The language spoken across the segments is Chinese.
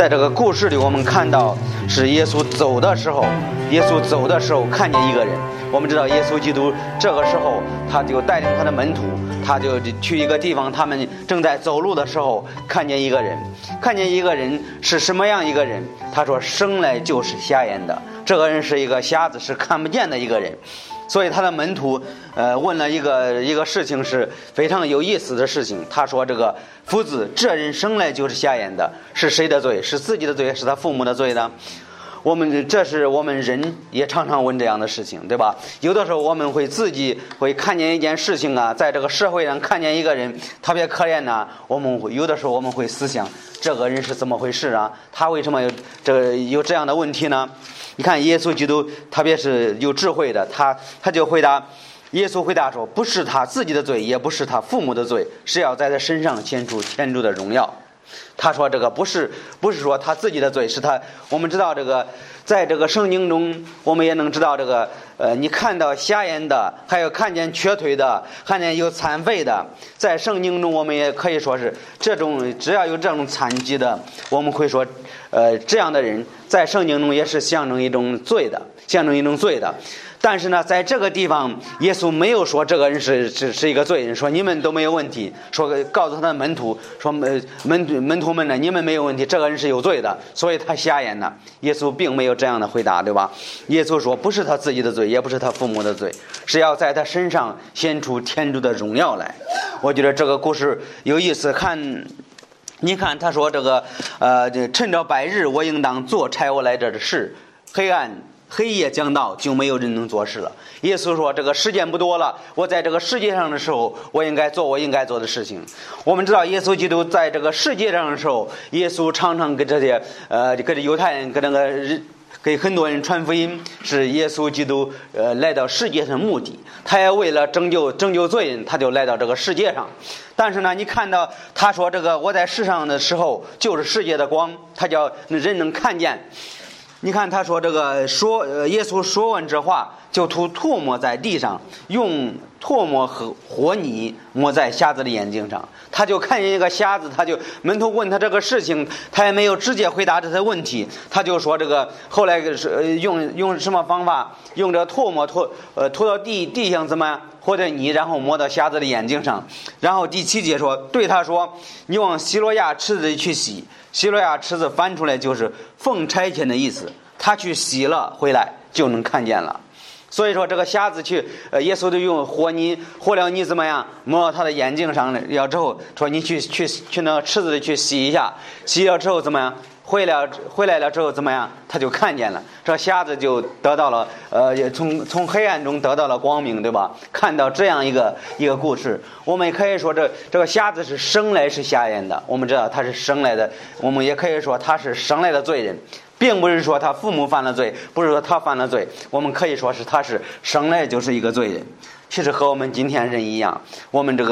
在这个故事里，我们看到是耶稣走的时候看见一个人。我们知道耶稣基督这个时候他就带领他的门徒，他就去一个地方，他们正在走路的时候看见一个人是什么样一个人？他说生来就是瞎眼的，这个人是一个瞎子，是看不见的一个人。所以他的门徒问了一个事情，是非常有意思的事情。他说这个夫子，这人生来就是瞎眼的，是谁的罪？是自己的罪，是他父母的罪呢？这是我们人也常常问这样的事情，对吧？有的时候我们自己会看见一件事情啊，在这个社会上看见一个人特别可怜呐，有的时候我们会思想这个人是怎么回事啊？他为什么有这样的问题呢？你看耶稣基督特别是有智慧的，他就回答，耶稣回答说，不是他自己的罪，也不是他父母的罪，是要在他身上显出天主的荣耀。他说这个不是说他自己的罪，是他。我们知道这个，在这个圣经中，我们也能知道这个你看到瞎眼的，还有看见瘸腿的，看见有残废的，在圣经中我们也可以说是这种，只要有这种残疾的，我们会说这样的人在圣经中也是象征一种罪的。但是呢，在这个地方，耶稣没有说这个人是一个罪人，说你们都没有问题，说告诉他的门徒说门徒们呢，你们没有问题，这个人是有罪的，所以他瞎眼呢。耶稣并没有这样的回答，对吧？耶稣说不是他自己的罪，也不是他父母的罪，是要在他身上显出天主的荣耀来。我觉得这个故事有意思。你看他说这个趁着白日，我应当做差我来这的事，黑夜将到，就没有人能做事了。耶稣说这个时间不多了，我在这个世界上的时候，我应该做我应该做的事情。我们知道耶稣基督在这个世界上的时候，耶稣常常给这些给这犹太人给很多人传福音，是耶稣基督来到世界上的目的。他也为了拯救罪人，他就来到这个世界上。但是呢，你看到他说这个我在世上的时候就是世界的光，他叫人能看见。你看他说这个耶稣说完这话，就吐唾沫在地上，用唾沫和和泥抹在瞎子的眼睛上。他就看见一个瞎子，门徒问他这个事情，他也没有直接回答这些问题，他就说这个后来用什么方法，用这唾沫吐到地上怎么样，或者泥，然后抹到瞎子的眼睛上。然后第7节说，对他说，你往西罗亚池子里去洗。西罗亚池子翻出来就是奉差遣的意思，他去洗了回来就能看见了。所以说这个瞎子去耶稣就用和了泥怎么样抹到他的眼睛上了之后，说你去那个池子里去洗一下，洗了之后怎么样，回来了之后怎么样，他就看见了。这瞎子就得到了从黑暗中得到了光明，对吧？看到这样一个故事，我们也可以说这个瞎子是生来是瞎眼的。我们知道他是生来的，我们也可以说他是生来的罪人，并不是说他父母犯了罪，不是说他犯了罪，我们可以说是他是生来就是一个罪人。其实和我们今天人一样，我们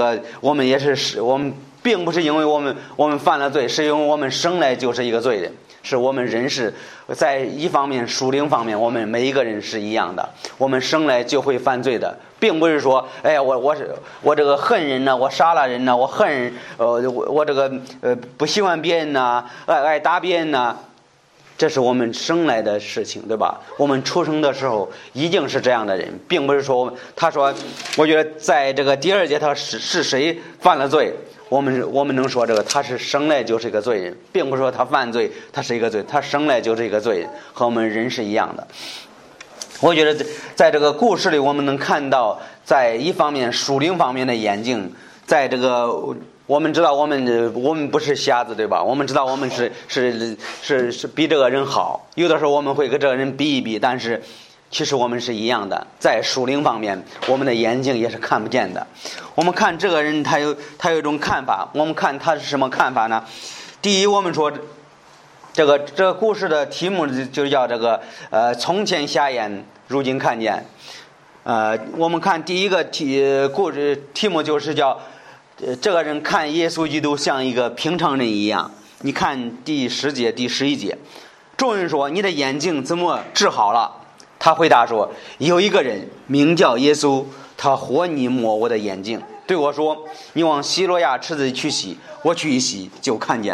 并不是因为我们犯了罪，是因为我们生来就是一个罪人。是我们人是在一方面属灵方面，我们每一个人是一样的，我们生来就会犯罪的，并不是说哎呀我这个恨人呢，我杀了人呢，我恨人我这个不喜欢别人呢，爱打别人呢，这是我们生来的事情，对吧？我们出生的时候已经是这样的人，并不是说他说我觉得在这个第2节他是谁犯了罪，我们能说这个他是生来就是一个罪人，并不是说他犯罪他是一个罪，他生来就是一个罪人，和我们人是一样的。我觉得在这个故事里我们能看到，在一方面属灵方面的眼睛，在这个我们知道我们不是瞎子，对吧？我们知道我们是比这个人好，有的时候我们会跟这个人比一比，但是其实我们是一样的，在属灵方面我们的眼睛也是看不见的。我们看这个人他有一种看法，我们看他是什么看法呢？第一，我们说这个故事的题目就叫这个从前瞎眼如今看见。我们看第一个故事题目就是叫这个人看耶稣基督像一个平常人一样。你看第10节第11节，众人说你的眼睛怎么治好了？他回答说，有一个人名叫耶稣，他和泥抹我的眼睛，对我说，你往西罗亚池子去洗，我去一洗就看见了。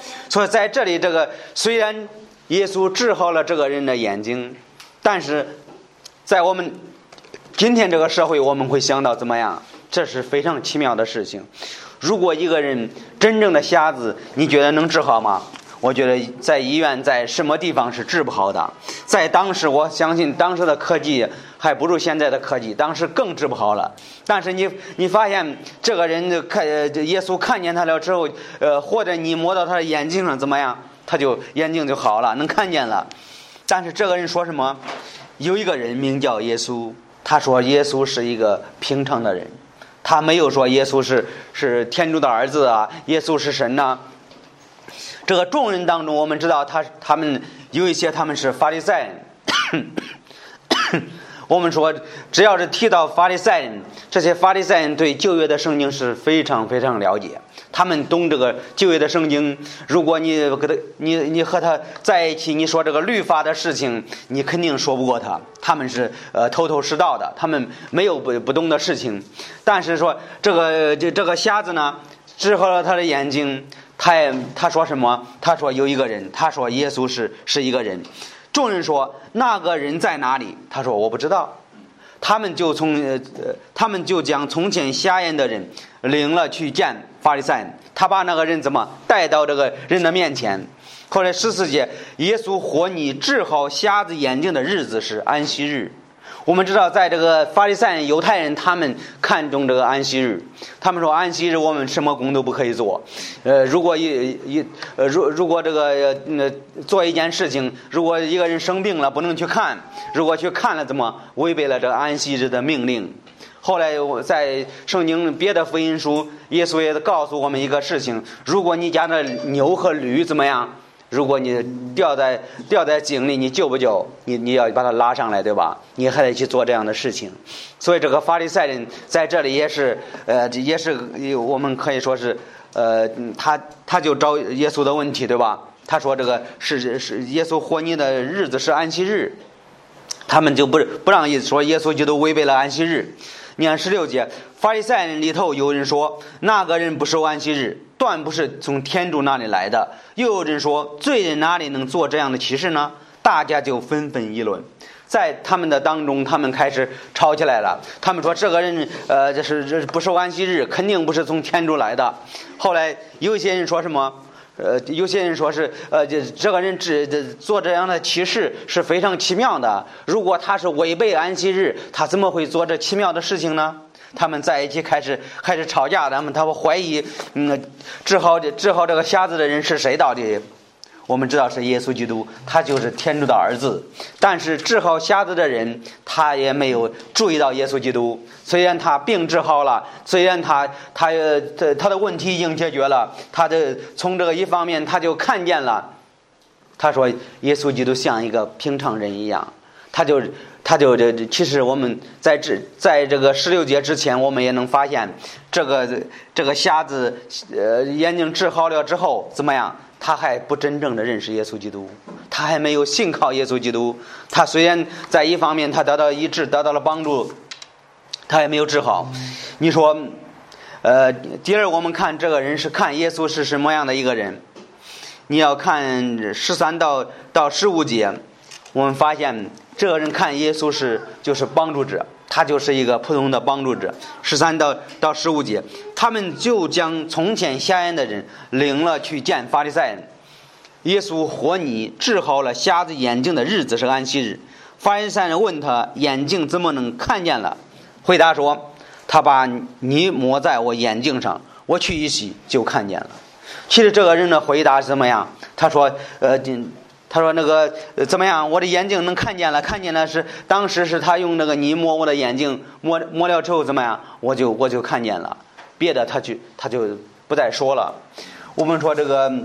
所以在这里，这个虽然耶稣治好了这个人的眼睛，但是在我们今天这个社会，我们会想到怎么样？这是非常奇妙的事情。如果一个人真正的瞎子，你觉得能治好吗？我觉得在医院在什么地方是治不好的。在当时，我相信当时的科技还不如现在的科技，当时更治不好了。但是你发现这个人耶稣看见他了之后，或者你摸到他的眼睛上怎么样，他就眼睛就好了，能看见了。但是这个人说什么？有一个人名叫耶稣，他说耶稣是一个平常的人，他没有说耶稣是天主的儿子啊，耶稣是神呐。这个众人当中，我们知道他们有一些他们是法利赛人。我们说只要是提到法利赛人，这些法利赛人对旧约的圣经是非常非常了解，他们懂这个旧约的圣经。如果你和他在一起，你说这个律法的事情，你肯定说不过他。他们是头头是道的，他们没有不懂的事情。但是说这个瞎子呢，治好了他的眼睛。他说什么？他说有一个人，他说耶稣是一个人。众人说那个人在哪里？他说我不知道。他们就将从前瞎眼的人领了去见法利赛人，他把那个人怎么带到这个人的面前。后来14节，耶稣活你治好瞎子眼睛的日子是安息日。我们知道在这个法利赛人犹太人，他们看重这个安息日，他们说安息日我们什么工都不可以做。如果这个做一件事情，如果一个人生病了不能去看，如果去看了怎么违背了这个安息日的命令。后来在圣经别的福音书，耶稣也告诉我们一个事情，如果你家的牛和驴怎么样，如果你掉在井里，你救不救？你要把它拉上来，对吧？你还得去做这样的事情。所以这个法利赛人在这里也是我们可以说是他就找耶稣的问题，对吧？他说这个是耶稣活你的日子是安息日，他们就不让说耶稣基督违背了安息日。你看16节，法利赛人里头有人说那个人不守安息日，断不是从天主那里来的。又有人说罪人哪里能做这样的奇事呢？大家就纷纷议论。在他们的当中，他们开始吵起来了。他们说这个人这不守安息日，肯定不是从天主来的。后来有一些人说什么？有些人说是这个人做这样的奇事是非常奇妙的。如果他是违背安息日，他怎么会做这奇妙的事情呢？他们在一起开始吵架，他们怀疑治好这个瞎子的人是谁到底？我们知道是耶稣基督，他就是天主的儿子。但是治好瞎子的人，他也没有注意到耶稣基督。虽然他病治好了，虽然他的问题已经解决了，从这个一方面他就看见了。他说耶稣基督像一个平常人一样，他就其实我们在这个16节之前，我们也能发现这个瞎子眼睛治好了之后怎么样？他还不真正的认识耶稣基督，他还没有信靠耶稣基督。他虽然在一方面他得到医治，得到了帮助，他也没有治好。你说第二，我们看这个人是看耶稣是什么样的一个人。你要看13到15节，我们发现这个人看耶稣就是帮助者，他就是一个普通的帮助者。13到15节，他们就将从前瞎眼的人领了去见法利赛人。耶稣活你治好了瞎子眼睛的日子是安息日。法利赛人问他眼睛怎么能看见了，回答说他把泥抹在我眼睛上，我去一洗就看见了。其实这个人的回答是怎么样？他说那个怎么样？我的眼睛能看见了，看见了是当时是他用那个泥抹我的眼睛，抹了之后怎么样？我就看见了，别的他就不再说了。我们说这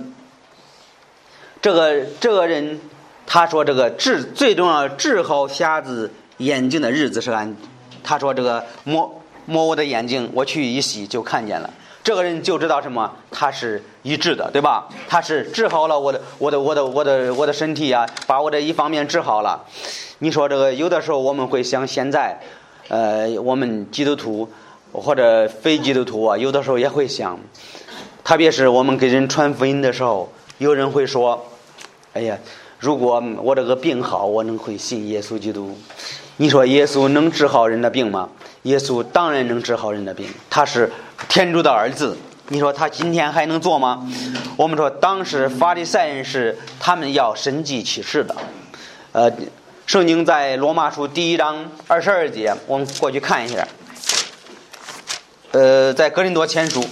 个人，他说这个最重要治好瞎子眼睛的日子是他说这个摸我的眼睛，我去一洗就看见了。这个人就知道什么？他是医治的，对吧？他是治好了我的身体啊，把我的一方面治好了。你说这个有的时候我们会想，现在我们基督徒或者非基督徒啊，有的时候也会想，特别是我们给人传福音的时候， 有人会说，哎呀，如果我这个病好，我能会信耶稣基督。你说耶稣能治好人的病吗？耶稣当然能治好人的病，他是天主的儿子。你说他今天还能做吗？我们说当时法利赛人是他们要神迹启示的。圣经在罗马书第1章22节，我们过去看一下。在哥林多前书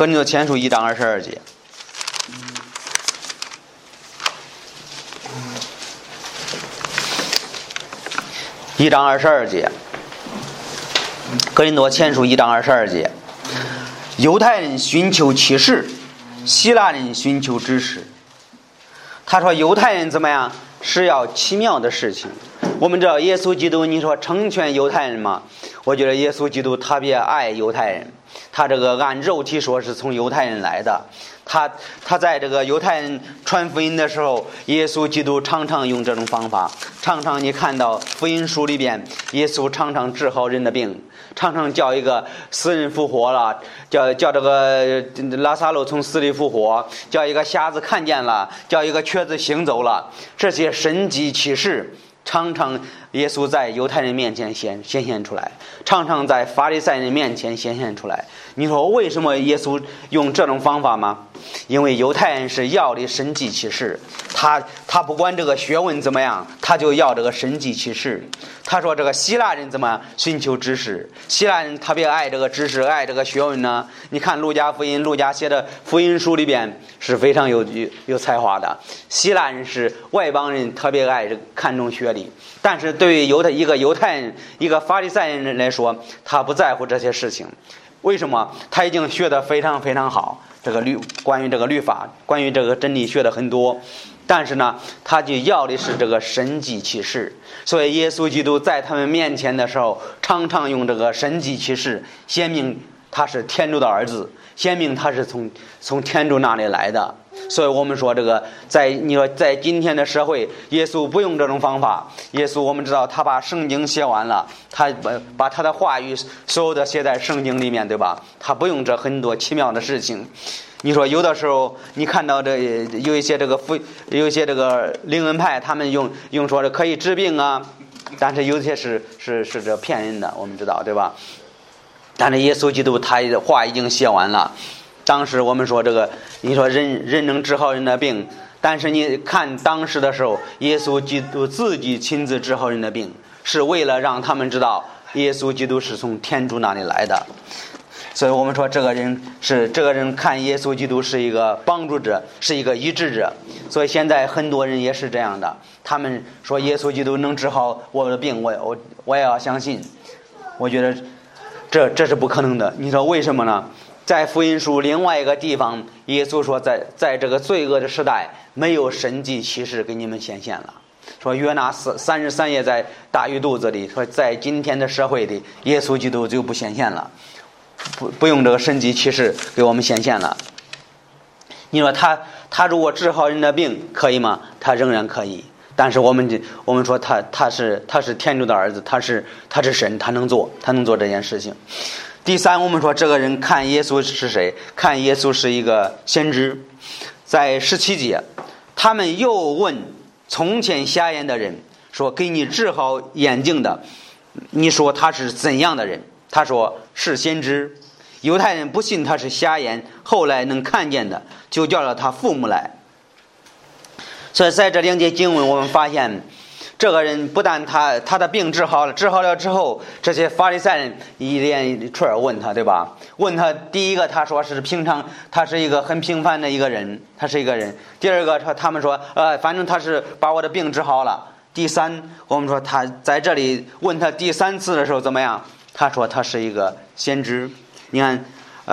1章22节。1章22节，哥林多前书1章22节，犹太人寻求启示，希腊人寻求知识。他说犹太人怎么样？是要奇妙的事情。我们知道耶稣基督，你说成全犹太人吗？我觉得耶稣基督特别爱犹太人，他这个按肉体说是从犹太人来的。他在这个犹太人传福音的时候，耶稣基督常常用这种方法，常常你看到福音书里边，耶稣常常治好人的病，常常叫一个死人复活了，叫这个拉撒路从死里复活，叫一个瞎子看见了，叫一个瘸子行走了，这些神迹奇事常常耶稣在犹太人面前显现出来，常常在法利赛人面前显现出来。你说为什么耶稣用这种方法吗？因为犹太人是要的神迹奇事，他不管这个学问怎么样，他就要这个神迹奇事。他说这个希腊人怎么寻求知识，希腊人特别爱这个知识，爱这个学问呢。你看路加福音，路加写的福音书里边是非常有才华的。希腊人是外邦人，特别爱看重学历，但是对于一个犹太人，一个法利赛人来说，他不在乎这些事情。为什么？他已经学得非常非常好，关于这个律法，关于这个真理学得很多，但是呢，他就要的是这个神迹启示。所以耶稣基督在他们面前的时候，常常用这个神迹启示显明他是天主的儿子，显明他是从天主那里来的。所以我们说这个你说在今天的社会，耶稣不用这种方法。耶稣我们知道他把圣经写完了，他把他的话语所有的写在圣经里面，对吧？他不用这很多奇妙的事情。你说有的时候你看到有一些这个灵恩派，他们用说可以治病啊，但是有些是这骗人的，我们知道，对吧？但是耶稣基督他的话已经写完了。当时我们说你说人能治好人的病，但是你看当时的时候，耶稣基督自己亲自治好人的病，是为了让他们知道耶稣基督是从天主那里来的。所以我们说这个人看耶稣基督是一个帮助者，是一个医治者。所以现在很多人也是这样的，他们说耶稣基督能治好我的病，我也要相信。我觉得这是不可能的。你说为什么呢？在福音书另外一个地方，耶稣说在这个罪恶的时代，没有神迹奇事给你们显现了。说约拿33夜在大鱼肚子里，说在今天的社会里，耶稣基督就不显现了，不用这个神迹奇事给我们显现了。你说他如果治好人的病可以吗？他仍然可以。但是我们说他是天主的儿子，他是神，他能做这件事情。第三，我们说这个人看耶稣是谁？看耶稣是一个先知。在17节，他们又问从前瞎眼的人说，给你治好眼睛的，你说他是怎样的人？他说是先知。犹太人不信他是瞎眼，后来能看见的，就叫了他父母来。所以在这两节经文我们发现，这个人不但他的病治好了之后，这些法利赛人一连串问他，对吧？问他，第一个他说是平常，他是一个很平凡的一个人，他是一个人。第二个他们说反正他是把我的病治好了。第三，我们说他在这里问他第3次的时候怎么样？他说他是一个先知。你看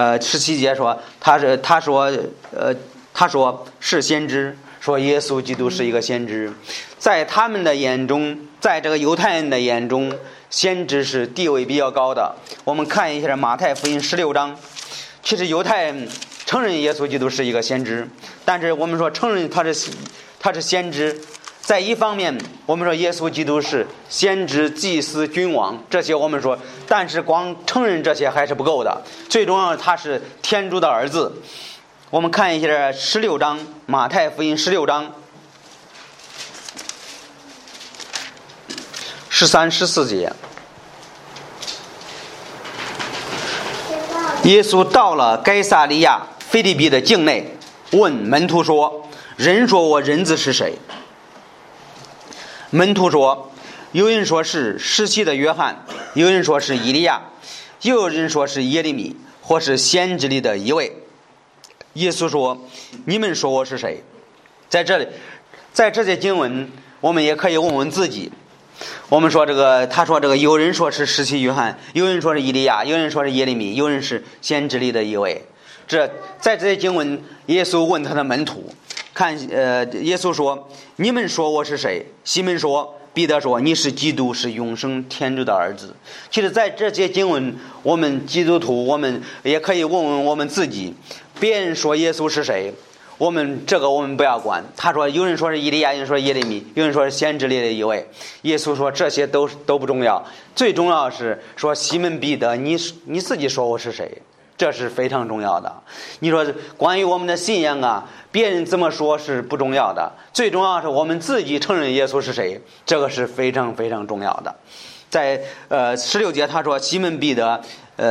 17节说他说是先知，说耶稣基督是一个先知。在他们的眼中，在这个犹太人的眼中，先知是地位比较高的。我们看一下马太福音16章，其实犹太人承认耶稣基督是一个先知，但是我们说承认他是先知，在一方面我们说耶稣基督是先知、祭司、君王，这些我们说，但是光承认这些还是不够的。最重要的，他是天主的儿子。 我们看一下16章，马太福音16章13、14节。耶稣到了该撒利亚腓立比的境内，问门徒说：人说我人子是谁？门徒说：有人说是施洗的约翰，有人说是以利亚，又有人说是耶利米，或是先知里的一位。耶稣说：你们说我是谁？在这里，在这些经文我们也可以问问自己。我们说他说有人说是施洗约翰，有人说是以利亚，有人说是耶利米，有人是先知里的一位。在这些经文，耶稣问他的门徒，耶稣说：你们说我是谁？西门说，彼得说：你是基督，是永生天主的儿子。其实在这些经文，我们基督徒我们也可以问问我们自己，别人说耶稣是谁，我们不要管。他说有人说是以利亚，有人说是耶利米，有人说是先知里的一位。耶稣说这些都不重要，最重要是说西门彼得，你自己说我是谁，这是非常重要的。你说关于我们的信仰啊，别人怎么说是不重要的，最重要是我们自己承认耶稣是谁，这个是非常非常重要的。在16节他说西门彼得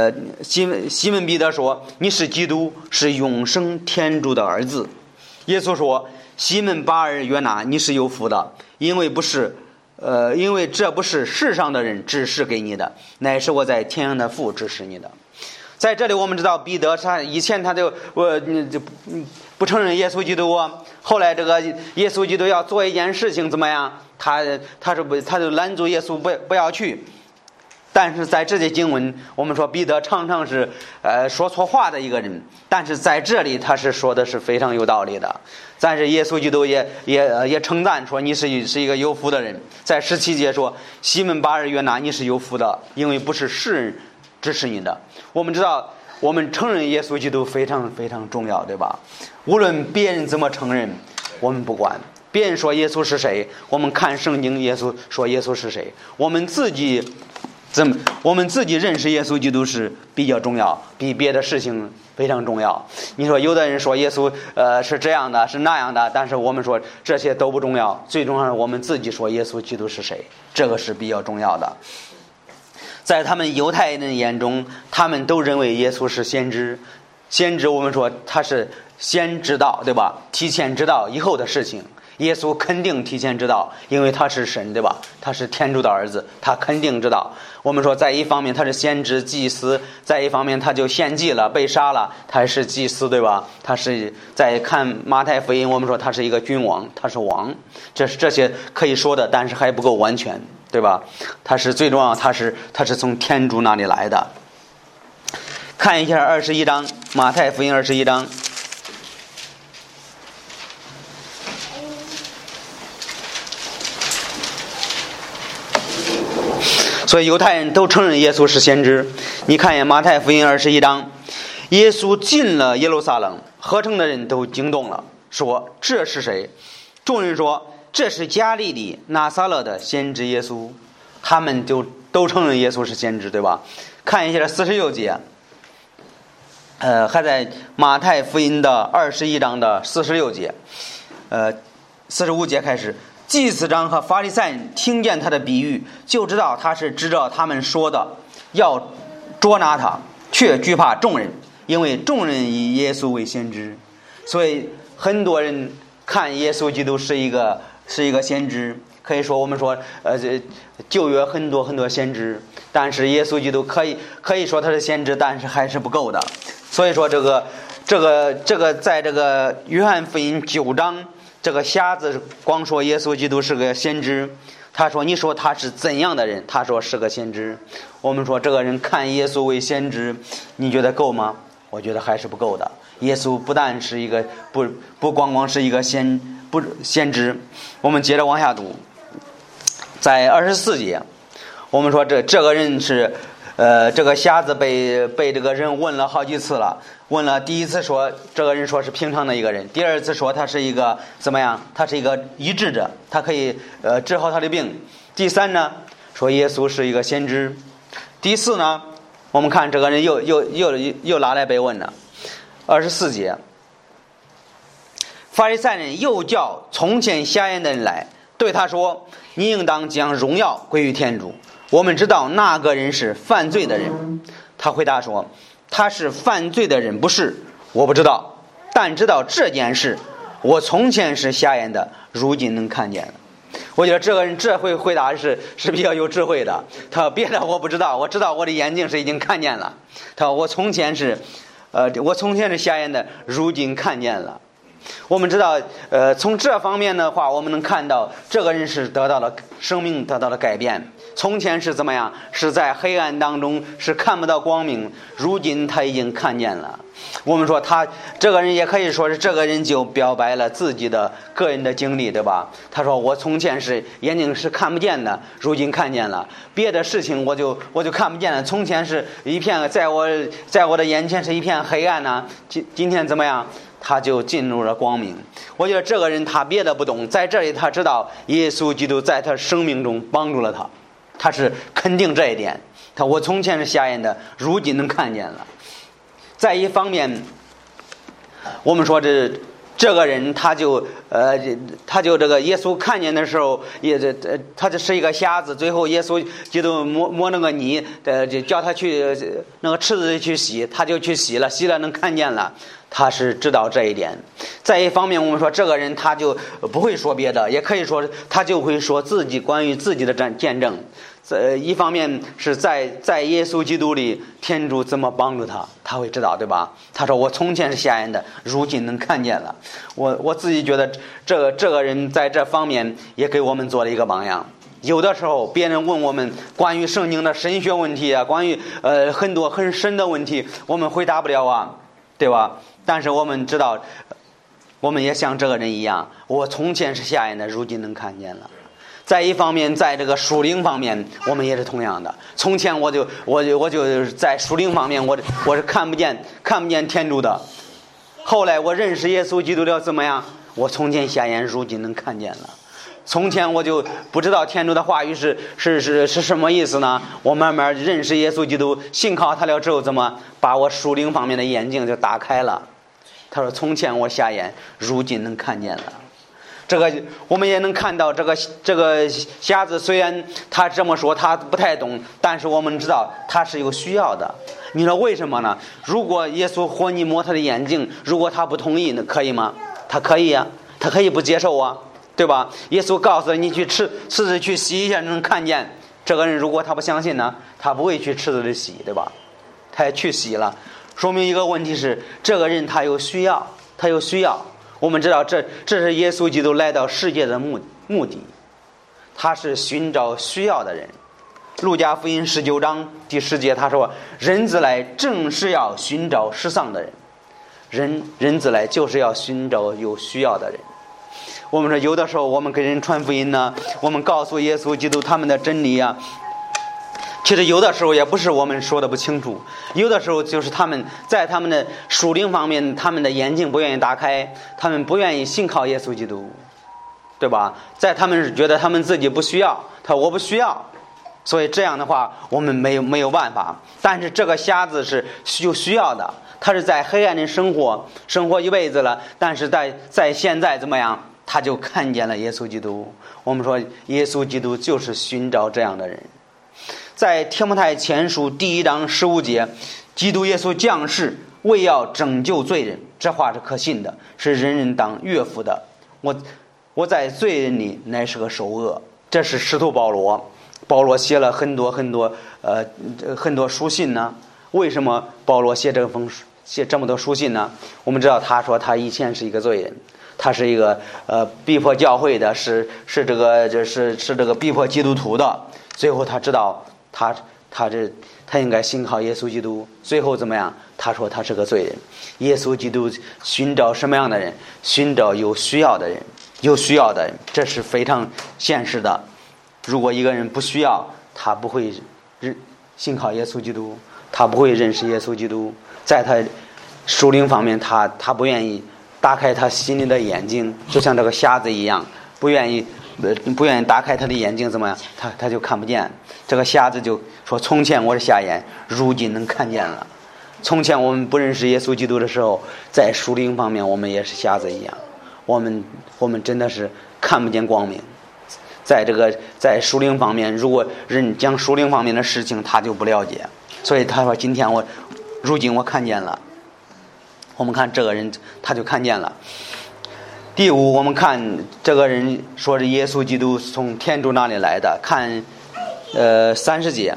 说：你是基督，是永生天主的儿子。耶稣说：西门巴尔约拿，你是有福的，因为这不是世上的人指示给你的，乃是我在天上的父指示你的。在这里我们知道彼得以前他就不承认耶稣基督啊，后来这个耶稣基督要做一件事情怎么样，他就拦住耶稣不要去。但是在这些经文我们说彼得常常是说错话的一个人，但是在这里他是说的是非常有道理的。但是耶稣基督也称赞说你是一个有福的人。在17节说西门巴尔约拿，你是有福的，因为不是世人支持你的。我们知道我们承认耶稣基督非常非常重要，对吧？无论别人怎么承认我们不管，别人说耶稣是谁，我们看圣经耶稣说耶稣是谁，我们自己认识耶稣基督是比较重要，比别的事情非常重要。你说有的人说耶稣是这样的是那样的，但是我们说这些都不重要，最重要是我们自己说耶稣基督是谁，这个是比较重要的。在他们犹太人眼中，他们都认为耶稣是先知。先知我们说他是先知道，对吧？提前知道以后的事情。耶稣肯定提前知道，因为他是神，对吧？他是天主的儿子，他肯定知道。我们说在一方面他是先知祭司，在一方面他就献祭了被杀了，他是祭司，对吧？他是在看马太福音我们说他是一个君王，他是王，这些可以说的，但是还不够完全，对吧？他是最重要，他是从天主那里来的。看一下21章，马太福音21章。所以犹太人都承认耶稣是先知。你看一下马太福音21章，耶稣进了耶路撒冷，合城的人都惊动了，说这是谁？众人说这是加利利拿撒勒的先知耶稣。他们就都承认耶稣是先知，对吧？看一下46节，还在马太福音的21章的46节，45节开始。祭司长和法利赛人听见他的比喻，就知道他是指着他们说的，要捉拿他，却惧怕众人，因为众人以耶稣为先知。所以很多人看耶稣基督是一个先知。可以说我们说旧约很多先知，但是耶稣基督可以说他是先知，但是还是不够的。所以说这个在这个约翰福音9章，这个瞎子光说耶稣基督是个先知，他说你说他是怎样的人？他说是个先知。我们说这个人看耶稣为先知，你觉得够吗？我觉得还是不够的。耶稣不但是一个不光光是一个先知。我们接着往下读，在24节，我们说这个人是这个瞎子被这个人问了好几次了。问了第一次说这个人说是平常的一个人，第二次说他是一个怎么样？他是一个医治者，他可以治好他的病。第三呢，说耶稣是一个先知。第四呢，我们看这个人又拿来被问了。24节， 法利赛人又叫从前瞎眼的人来，对他说：你应当将荣耀归于天主。我们知道那个人是犯罪的人。他回答说：他是犯罪的人不是，我不知道，但知道这件事，我从前是瞎眼的，如今能看见了。我觉得这个人这回答是比较有智慧的。他说别的我不知道，我知道我的眼睛是已经看见了。他说我从前是瞎眼的，如今看见了。我们知道从这方面的话，我们能看到这个人是得到了生命，得到了改变。从前是怎么样？是在黑暗当中，是看不到光明，如今他已经看见了。我们说他这个人也可以说是这个人就表白了自己的个人的经历，对吧？他说我从前是眼睛是看不见的，如今看见了，别的事情我就看不见了。从前是一片在我的眼前是一片黑暗呢，今天怎么样？他就进入了光明。我觉得这个人他别的不懂，在这里他知道耶稣基督在他生命中帮助了他，他是肯定这一点。我从前是瞎眼的，如今能看见了。在一方面，我们说这个人他就这个耶稣看见的时候，他就是一个瞎子，最后耶稣基督摸那个泥，就叫他去那个池子里去洗，他就去洗了能看见了。他是知道这一点。在一方面，我们说这个人他就不会说别的，也可以说他就会说自己关于自己的见证。一方面是在耶稣基督里，天主怎么帮助他会知道，对吧？他说我从前是瞎眼的，如今能看见了。我自己觉得这个人在这方面也给我们做了一个榜样。有的时候别人问我们关于圣经的神学问题啊，关于很多很深的问题，我们回答不了啊，对吧？但是我们知道，我们也像这个人一样，我从前是瞎眼的，如今能看见了。在一方面，在这个属灵方面，我们也是同样的。从前我就在属灵方面，我是看不见天主的。后来我认识耶稣基督了，怎么样？我从前瞎眼，如今能看见了。从前我就不知道天主的话语是什么意思呢？我慢慢认识耶稣基督，信靠他了之后，怎么把我属灵方面的眼睛就打开了？他说：“从前我瞎眼，如今能看见了。”这个我们也能看到，这个瞎子虽然他这么说，他不太懂，但是我们知道他是有需要的。你说为什么呢？如果耶稣活你摸他的眼睛，如果他不同意，那可以吗？他可以啊，他可以不接受啊，对吧？耶稣告诉你去池子去洗一下，能看见。这个人如果他不相信呢，他不会去池子里洗，对吧？他也去洗了，说明一个问题是，这个人他有需要。我们知道这是耶稣基督来到世界的目的，他是寻找需要的人。路加福音19章第10节他说：人子来正是要寻找失丧的人。人子来就是要寻找有需要的人。我们说有的时候我们给人传福音呢，我们告诉耶稣基督他们的真理啊，其实有的时候也不是我们说的不清楚，有的时候就是他们在他们的属灵方面，他们的眼睛不愿意打开，他们不愿意信靠耶稣基督，对吧？在他们觉得他们自己不需要，他说我不需要，所以这样的话我们没有办法。但是这个瞎子是有需要的，他是在黑暗里生活一辈子了，但是在现在怎么样，他就看见了耶稣基督。我们说耶稣基督就是寻找这样的人。在提摩太前书第1章15节，基督耶稣降世为要拯救罪人，这话是可信的，是人人当悦服的。我在罪人里乃是个首恶。这是使徒保罗写了很多书信呢。为什么保罗写这么多书信呢？我们知道他说他以前是一个罪人，他是一个逼迫教会的，是这个逼迫基督徒的。最后他知道他应该信靠耶稣基督。最后怎么样？他说他是个罪人。耶稣基督寻找什么样的人？寻找有需要的人，这是非常现实的。如果一个人不需要，他不会信靠耶稣基督，他不会认识耶稣基督。在他属灵方面，他不愿意打开他心里的眼睛，就像这个瞎子一样，不愿意打开他的眼睛，怎么样？他就看不见。这个瞎子就说：从前我是瞎眼，如今能看见了。从前我们不认识耶稣基督的时候，在属灵方面我们也是瞎子一样， 我们真的是看不见光明。在属灵方面，如果人讲属灵方面的事情，他就不了解。所以他说今天如今我看见了。我们看这个人他就看见了。第五，我们看这个人说是耶稣基督从天主那里来的，看30节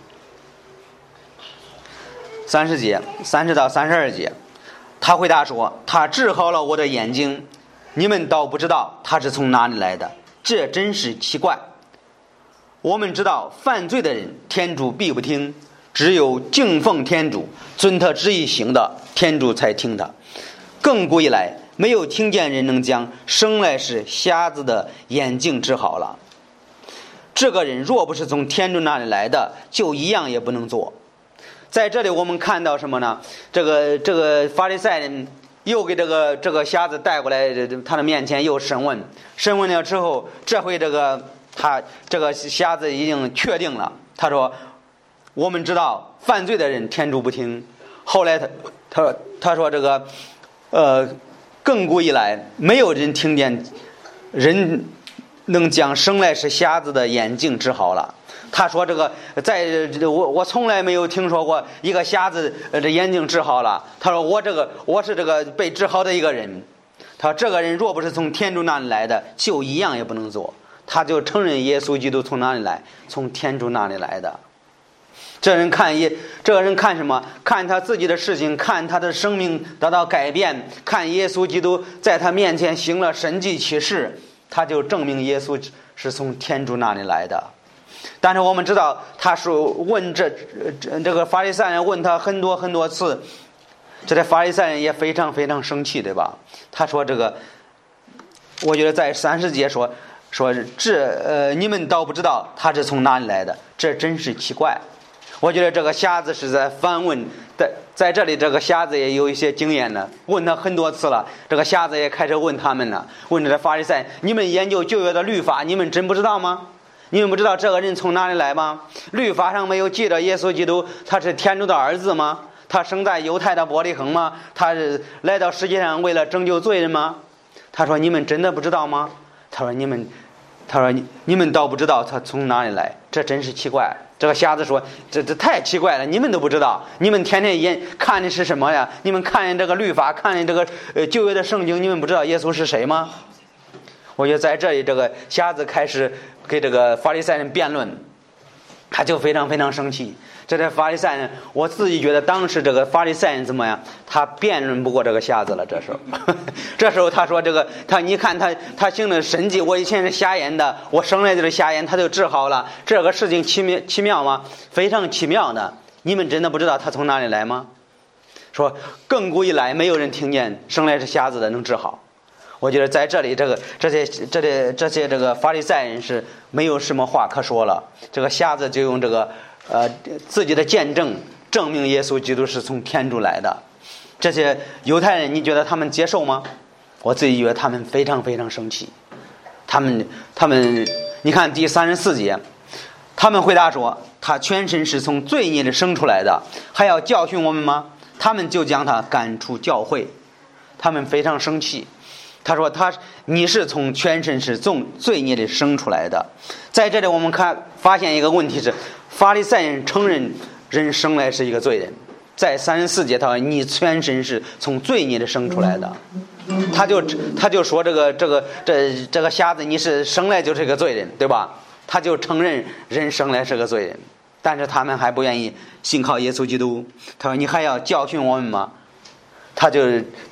30到32节，他回答说，他治好了我的眼睛，你们倒不知道他是从哪里来的，这真是奇怪。我们知道犯罪的人天主必不听，只有敬奉天主遵他旨意行的，天主才听他。亘古以来没有听见人能将生来是瞎子的眼睛治好了。这个人若不是从天主那里来的，就一样也不能做。在这里我们看到什么呢？这个法利赛人又给这个瞎子带过来，他的面前又审问了之后，这回这个瞎子已经确定了。他说，我们知道犯罪的人天主不听。后来他说这个亘古以来没有人听见人能将生来是瞎子的眼睛治好了。他说这个我从来没有听说过一个瞎子的眼睛治好了。他说我是这个被治好的一个人。他说这个人若不是从天主那里来的，就一样也不能做。他就承认耶稣基督从哪里来，从天主那里来的。这个人看什么？看他自己的事情，看他的生命得到改变，看耶稣基督在他面前行了神迹奇事，他就证明耶稣是从天主那里来的。但是我们知道，他是问这个法利赛人问他很多很多次，这法利赛人也非常非常生气，对吧？他说这个，我觉得在30节说你们倒不知道他是从哪里来的，这真是奇怪。我觉得这个瞎子是在反问，在这里这个瞎子也有一些经验呢，问他很多次了，这个瞎子也开始问他们了，问这法利赛人，你们研究旧约的律法，你们真不知道吗？你们不知道这个人从哪里来吗？律法上没有记着耶稣基督他是天主的儿子吗？他生在犹太的伯利恒吗？他是来到世界上为了拯救罪人吗？他说你们真的不知道吗？他说你们倒不知道他从哪里来，这真是奇怪。这个瞎子说，这太奇怪了，你们都不知道，你们天天看的是什么呀？你们看见这个律法，看见这个旧约的圣经，你们不知道耶稣是谁吗？我觉得在这里这个瞎子开始给这个法利赛人辩论，他就非常非常生气。这法利赛人，我自己觉得当时这个法利赛人怎么样？他辩论不过这个瞎子了。这时候他说你看他行的神迹，我以前是瞎眼的，我生来就是瞎眼，他就治好了。这个事情奇妙吗？非常奇妙的。你们真的不知道他从哪里来吗？说亘古以来没有人听见生来是瞎子的能治好。我觉得在这里这些这个法利赛人是没有什么话可说了。这个瞎子就用自己的见证证明耶稣基督是从天主来的。这些犹太人，你觉得他们接受吗？我自己觉得他们非常非常生气。他们你看第34节，他们回答说，他全身是从罪孽里生出来的，还要教训我们吗？他们就将他赶出教会。他们非常生气。他说你是从全身是从罪孽里生出来的。在这里我们发现一个问题是，法利赛人承认人生来是一个罪人。在34节他说你全身是从罪孽里生出来的。他就说这个瞎子你是生来就是一个罪人，对吧？他就承认人生来是个罪人。但是他们还不愿意信靠耶稣基督。他说你还要教训我们吗？他就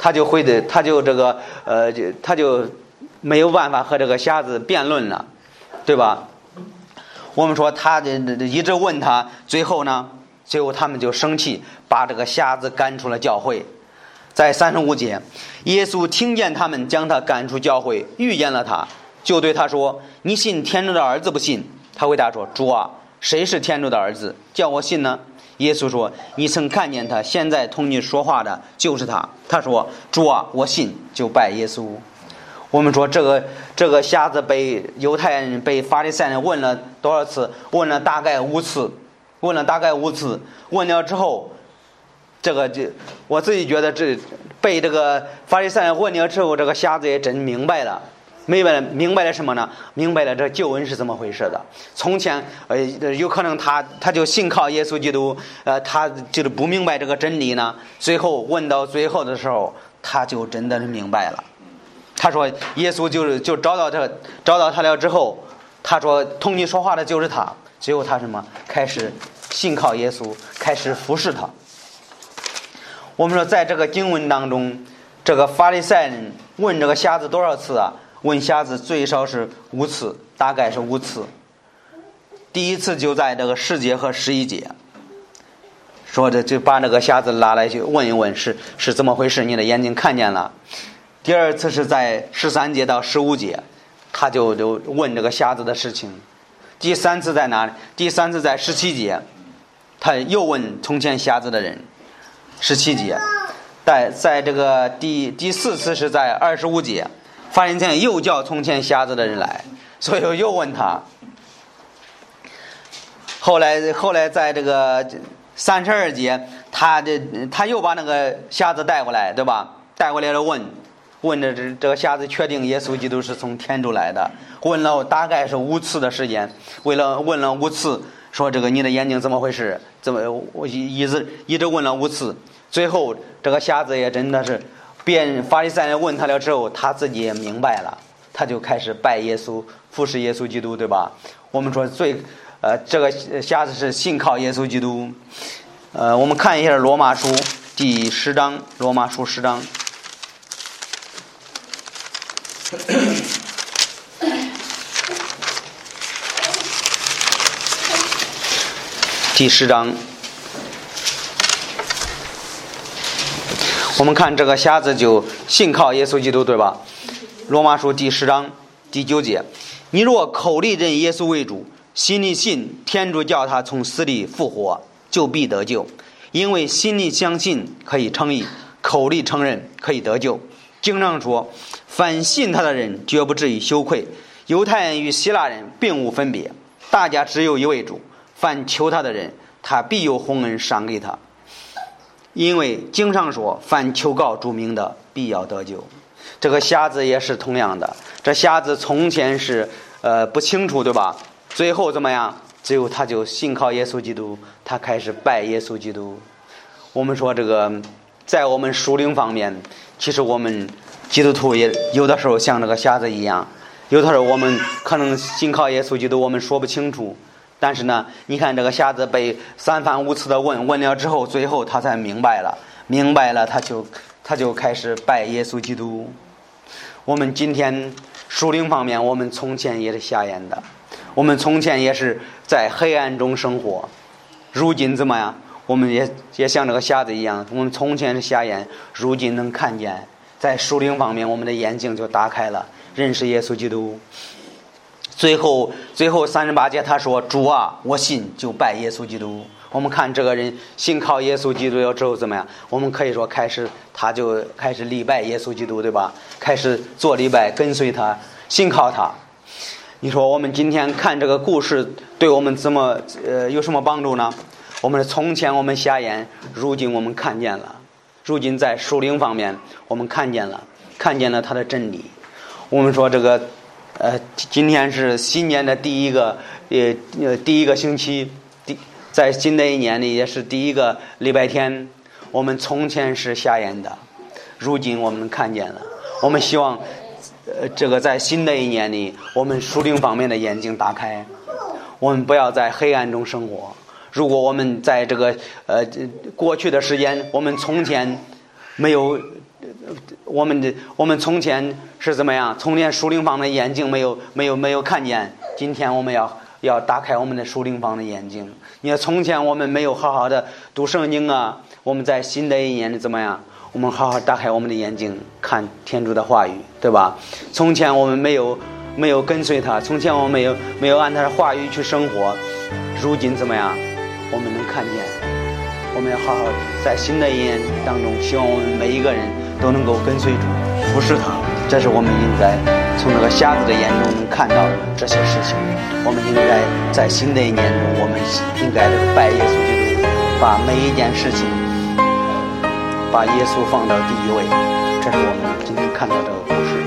没有办法和这个瞎子辩论了，对吧？我们说他一直问他，最后他们就生气，把这个瞎子赶出了教会。在35节，耶稣听见他们将他赶出教会，遇见了他，就对他说，你信天主的儿子不信？他回答说，主啊，谁是天主的儿子，叫我信呢？耶稣说，你曾看见他，现在同你说话的就是他。他说，主啊，我信，就拜耶稣。我们说这个瞎子被犹太人被法利赛人问了多少次？问了大概5次。问了之后， 这个我自己觉得这被这个法利赛人问了之后，这个瞎子也真明白了。明白了什么呢？明白了这救恩是怎么回事的。从前有可能他就信靠耶稣基督，他就是不明白这个真理呢。最后问到最后的时候，他就真的是明白了。他说耶稣就找到他了之后，他说同你说话的就是他。最后他什么？开始信靠耶稣，开始服侍他。我们说在这个经文当中，这个法利赛人问这个瞎子多少次啊？问瞎子最少是5次，大概是5次。第一次就在这个10节和11节，说的就把那个瞎子拉来去问一问是怎么回事，你的眼睛看见了。第二次是在13节到15节，他就问这个瞎子的事情。第三次在哪里？第三次在17节，他又问从前瞎子的人。17节，在这个第四次是在25节。法利赛人又叫从前瞎子的人来，所以又问他。后来在这个32节，他又把那个瞎子带过来，对吧？带过来了问着这个瞎子确定耶稣基督是从天主来的，问了大概是5次的时间，问了5次，说这个你的眼睛怎么回事？怎么我一直问了5次，最后这个瞎子也真的是。法利赛人问他了之后，他自己也明白了，他就开始拜耶稣，服侍耶稣基督，对吧？我们说这个瞎子是信靠耶稣基督。我们看一下罗马书第10章，罗马书10章。第10章。我们看这个瞎子就信靠耶稣基督，对吧？罗马书第10章第9节，你若口里认耶稣为主，心里信天主叫他从死里复活，就必得救。因为心里相信可以称义，口里承认可以得救。经上说，凡信他的人绝不至于羞愧。犹太人与希腊人并无分别，大家只有一位主，凡求他的人，他必有洪恩赏给他。因为经上说，凡求告主名的必要得救。这个瞎子也是同样的，这瞎子从前是不清楚，对吧？最后怎么样？最后他就信靠耶稣基督，他开始拜耶稣基督。我们说这个在我们属灵方面，其实我们基督徒也有的时候像这个瞎子一样，有的时候我们可能信靠耶稣基督，我们说不清楚。但是呢，你看这个瞎子被3番5次的问了之后，最后他才明白了，他就开始拜耶稣基督。我们今天属灵方面，我们从前也是瞎眼的，我们从前也是在黑暗中生活，如今怎么样？我们也像这个瞎子一样，我们从前是瞎眼，如今能看见。在属灵方面，我们的眼睛就打开了，认识耶稣基督。最后38节他说，主啊，我信，就拜耶稣基督。我们看这个人信靠耶稣基督了之后怎么样？我们可以说他就开始礼拜耶稣基督，对吧？开始做礼拜，跟随他，信靠他。你说我们今天看这个故事对我们有什么帮助呢？我们从前我们瞎眼，如今我们看见了，如今在属灵方面我们看见了他的真理。我们说这个今天是新年的第一个星期，在新的一年里也是第一个礼拜天。我们从前是瞎眼的，如今我们看见了。我们希望这个在新的一年里，我们属灵方面的眼睛打开，我们不要在黑暗中生活。如果我们在这个过去的时间，我们从前没有我们从前是怎么样？从前属灵方面的眼睛没有看见，今天我们要打开我们的属灵方面的眼睛。你看从前我们没有好好的读圣经啊，我们在新的一年怎么样？我们好好打开我们的眼睛，看天主的话语，对吧？从前我们没有跟随他，从前我们没有按他的话语去生活，如今怎么样？我们能看见。我们要好好在新的一年当中，希望我们每一个人都能够跟随主，服侍他。这是我们应该从这个瞎子的眼中能看到这些事情。我们应该在新的一年中，我们应该拜耶稣基督，把每一件事情把耶稣放到第一位。这是我们今天看到这个故事。